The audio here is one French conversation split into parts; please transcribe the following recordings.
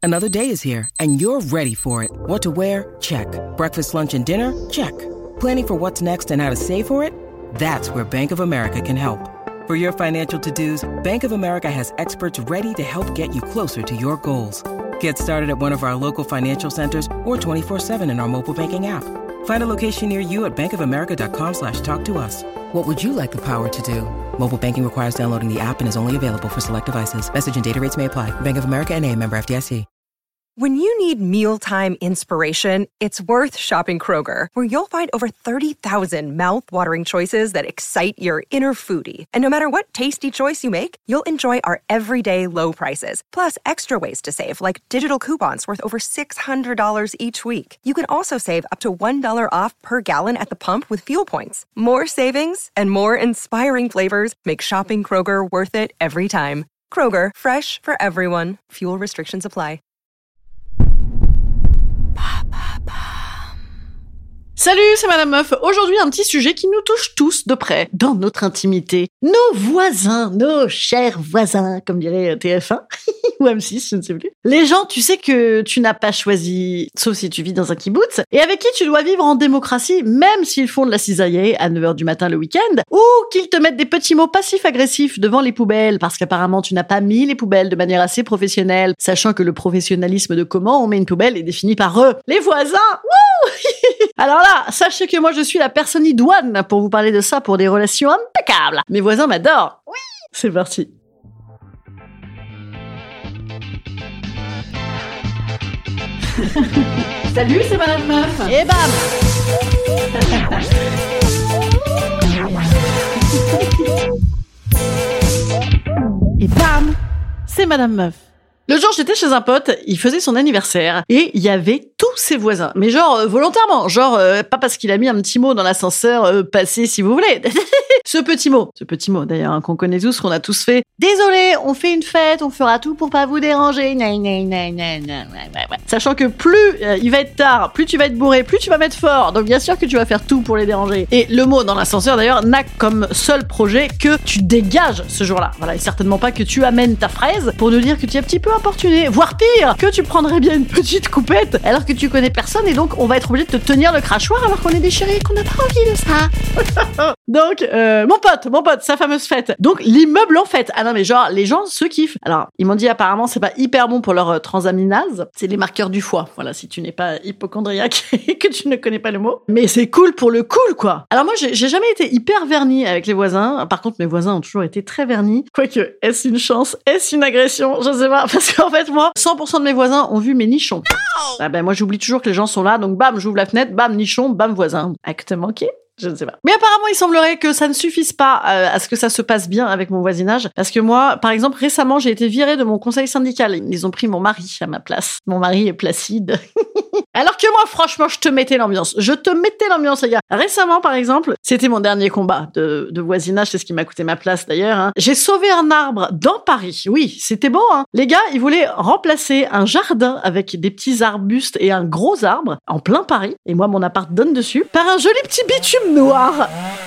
Another day is here, and you're ready for it. What to wear? Check. Breakfast, lunch, and dinner? Check. Planning for what's next and how to save for it? That's where Bank of America can help. For your financial to-dos, Bank of America has experts ready to help get you closer to your goals. Get started at one of our local financial centers or 24/7 in our mobile banking app. Find a location near you at bankofamerica.com/talktous. What would you like the power to do? Mobile banking requires downloading the app and is only available for select devices. Message and data rates may apply. Bank of America N.A., member FDIC. When you need mealtime inspiration, it's worth shopping Kroger, where you'll find over 30,000 mouth-watering choices that excite your inner foodie. And no matter what tasty choice you make, you'll enjoy our everyday low prices, plus extra ways to save, like digital coupons worth over $600 each week. You can also save up to $1 off per gallon at the pump with fuel points. More savings and more inspiring flavors make shopping Kroger worth it every time. Kroger, fresh for everyone. Fuel restrictions apply. Salut, c'est Madame Meuf. Aujourd'hui, un petit sujet qui nous touche tous de près, dans notre intimité. Nos voisins, nos chers voisins, comme dirait TF1 ou M6, je ne sais plus. Les gens, tu sais que tu n'as pas choisi, sauf si tu vis dans un kibbutz, et avec qui tu dois vivre en démocratie, même s'ils font de la cisaillée à 9h du matin le week-end, ou qu'ils te mettent des petits mots passifs-agressifs devant les poubelles, parce qu'apparemment tu n'as pas mis les poubelles de manière assez professionnelle, sachant que le professionnalisme de comment on met une poubelle est défini par eux. Les voisins, wouh. Alors là, sachez que moi je suis la personne idoine pour vous parler de ça pour des relations impeccables. Mes voisins m'adorent. Oui, c'est parti. Salut, c'est Madame Meuf. Et bam. Et bam, c'est Madame Meuf. Le jour, j'étais chez un pote, il faisait son anniversaire, et il y avait tous ses voisins. Mais genre, volontairement. Genre, pas parce qu'il a mis un petit mot dans l'ascenseur, passez si vous voulez. Ce petit mot d'ailleurs, hein, qu'on connaît tous, qu'on a tous fait. Désolé, on fait une fête, on fera tout pour pas vous déranger. Sachant que plus il va être tard, plus tu vas être bourré, plus tu vas mettre fort. Donc bien sûr que tu vas faire tout pour les déranger. Et le mot dans l'ascenseur d'ailleurs n'a comme seul projet que tu dégages ce jour-là. Voilà, et certainement pas que tu amènes ta fraise pour nous dire que tu es un petit peu importuné, voire pire, que tu prendrais bien une petite coupette alors que tu connais personne et donc on va être obligé de te tenir le crachoir alors qu'on est déchiré et qu'on n'a pas envie de ça. Donc, mon pote, sa fameuse fête. Donc, l'immeuble en fête. Ah non, mais genre, les gens se kiffent. Alors, ils m'ont dit apparemment, c'est pas hyper bon pour leur transaminase. C'est les marqueurs du foie. Voilà, si tu n'es pas hypochondriaque et que tu ne connais pas le mot. Mais c'est cool pour le cool, quoi. Alors moi, j'ai jamais été hyper vernie avec les voisins. Par contre, mes voisins ont toujours été très vernis. Quoique, est-ce une chance? Est-ce une agression? Je sais pas. Parce qu'en fait, moi, 100% de mes voisins ont vu mes nichons. Ah ben, moi, j'oublie toujours que les gens sont là. Donc, bam, j'ouvre la fenêtre, bam, nichon, bam, voisin. Acte manqué? Je ne sais pas. Mais apparemment, il semblerait que ça ne suffise pas à ce que ça se passe bien avec mon voisinage. Parce que moi, par exemple, récemment, j'ai été virée de mon conseil syndical. Ils ont pris mon mari à ma place. Mon mari est placide. Alors que moi, franchement, je te mettais l'ambiance, les gars. Récemment, par exemple, c'était mon dernier combat de voisinage. C'est ce qui m'a coûté ma place, d'ailleurs. Hein. J'ai sauvé un arbre dans Paris. Oui, c'était beau, hein. Les gars, ils voulaient remplacer un jardin avec des petits arbustes et un gros arbre en plein Paris. Et moi, mon appart donne dessus par un joli petit bitume noir.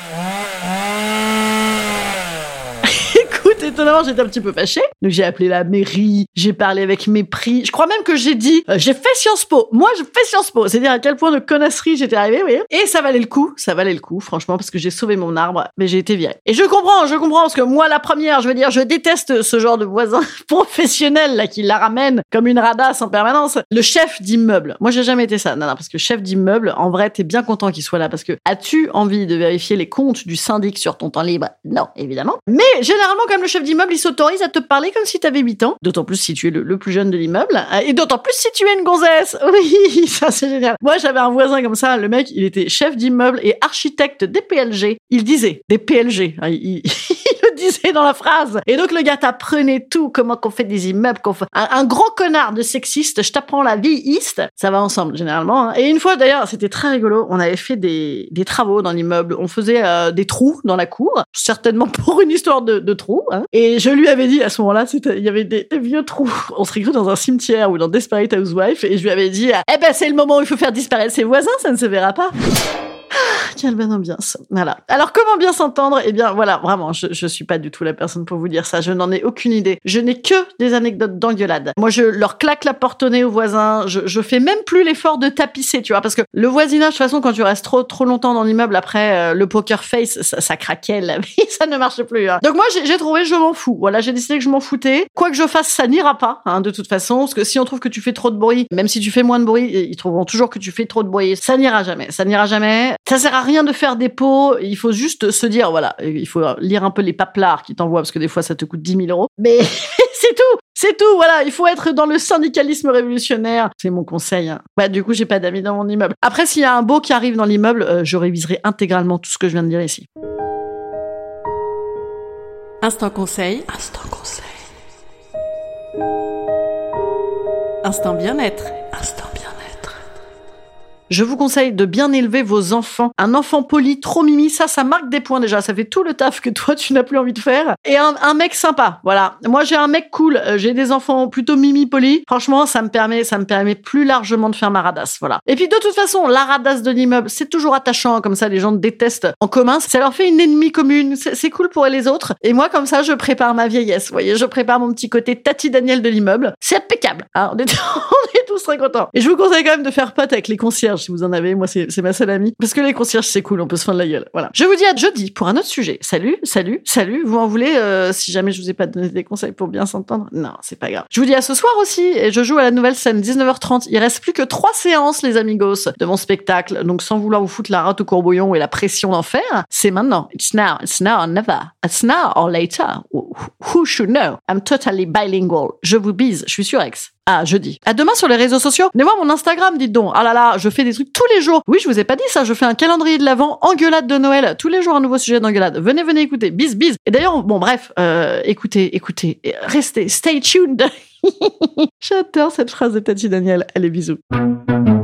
Écoute, étonnamment, j'étais un petit peu fâchée. Donc j'ai appelé la mairie, j'ai parlé avec mépris. Je crois même que j'ai dit, j'ai fait Sciences Po. Moi, je fais Sciences Po. C'est-à-dire à quel point de connasserie j'étais arrivée, vous voyez. Et ça valait le coup, franchement, parce que j'ai sauvé mon arbre, mais j'ai été virée. Et je comprends, parce que moi, la première, je veux dire, je déteste ce genre de voisin professionnel, là, qui la ramène comme une radasse en permanence. Le chef d'immeuble. Moi, j'ai jamais été ça. Non, parce que chef d'immeuble, en vrai, t'es bien content qu'il soit là, parce que as-tu envie de vérifier les comptes du syndic sur ton temps libre? Non, évidemment. Mais généralement, comme le chef d'immeuble, il s'autorise à te parler comme si t'avais 8 ans. D'autant plus si tu es le plus jeune de l'immeuble. Et d'autant plus si tu es une gonzesse. Oui, ça c'est génial. Moi, j'avais un voisin comme ça. Le mec, il était chef d'immeuble et architecte des PLG. Il disait des PLG. Il le disait dans la phrase. Et donc, le gars t'apprenait tout. Comment qu'on fait des immeubles, qu'on fait... Un gros connard de sexiste. Je t'apprends la vie iste. Ça va ensemble, généralement. Hein. Et une fois, d'ailleurs, c'était très rigolo. On avait fait des travaux dans l'immeuble. On faisait des trous dans la cour. Certainement pour une histoire de trous. Hein. Et je lui avais dit, à ce moment-là, il y avait des vieux trous. On serait cru dans un cimetière ou dans Desperate Housewives. Et je lui avais dit, c'est le moment où il faut faire disparaître ses voisins, ça ne se verra pas. quelle bonne ambiance. Voilà. Alors, comment bien s'entendre? Eh bien, voilà, vraiment, je suis pas du tout la personne pour vous dire ça. Je n'en ai aucune idée. Je n'ai que des anecdotes d'engueulade. Moi, je leur claque la porte au nez aux voisins. Je fais même plus l'effort de tapisser, tu vois, parce que le voisinage, de toute façon, quand tu restes trop longtemps dans l'immeuble, après, le poker face, ça craquait, la vie, ça ne marche plus. Hein. Donc moi, j'ai trouvé, je m'en fous. Voilà, j'ai décidé que je m'en foutais. Quoi que je fasse, ça n'ira pas, hein, de toute façon, parce que si on trouve que tu fais trop de bruit, même si tu fais moins de bruit, ils trouveront toujours que tu fais trop de bruit. Ça n'ira jamais. Ça n'ira jamais. Ça sert à rien de faire des pots. Il faut juste se dire, voilà, il faut lire un peu les paplards qui t'envoient, parce que des fois, ça te coûte 10 000 €. Mais c'est tout. C'est tout, voilà, il faut être dans le syndicalisme révolutionnaire. C'est mon conseil. Hein. Bah, du coup, j'ai pas d'amis dans mon immeuble. Après, s'il y a un beau qui arrive dans l'immeuble, je réviserai intégralement tout ce que je viens de dire ici. Instant conseil. Instant conseil. Instant bien-être. Instant bien-être. Je vous conseille de bien élever vos enfants. Un enfant poli, trop mimi, ça marque des points déjà. Ça fait tout le taf que toi, tu n'as plus envie de faire. Et un mec sympa, voilà. Moi, j'ai un mec cool. J'ai des enfants plutôt mimi polis. Franchement, ça me permet plus largement de faire ma radasse, voilà. Et puis, de toute façon, la radasse de l'immeuble, c'est toujours attachant. Comme ça, les gens te détestent en commun. Ça leur fait une ennemie commune. C'est cool pour les autres. Et moi, comme ça, je prépare ma vieillesse. Vous voyez, je prépare mon petit côté Tati Daniel de l'immeuble. C'est impeccable. Hein, on est tous très contents. Et je vous conseille quand même de faire pote avec les concierges. Si vous en avez, moi c'est ma seule amie. Parce que les concierges c'est cool, on peut se fendre la gueule. Voilà. Je vous dis à jeudi pour un autre sujet. Salut. Vous en voulez si jamais je vous ai pas donné des conseils pour bien s'entendre? Non, c'est pas grave. Je vous dis à ce soir aussi. Et je joue à la nouvelle scène 19h30. Il reste plus que 3 séances les amigos de mon spectacle. Donc sans vouloir vous foutre la rate au courbouillon et la pression d'en faire, c'est maintenant. It's now or never. It's now or later. Who should know? I'm totally bilingual. Je vous bise. Je suis sur X. Ah, jeudi. À demain sur les réseaux sociaux. Venez voir mon Instagram, dites donc. Ah là là, je fais des trucs tous les jours. Oui, je vous ai pas dit ça. Je fais un calendrier de l'Avent, engueulade de Noël. Tous les jours, un nouveau sujet d'engueulade. Venez écouter. Bis. Et d'ailleurs, bon, bref, écoutez. Restez, stay tuned. J'adore cette phrase de Tati Daniel. Allez, bisous.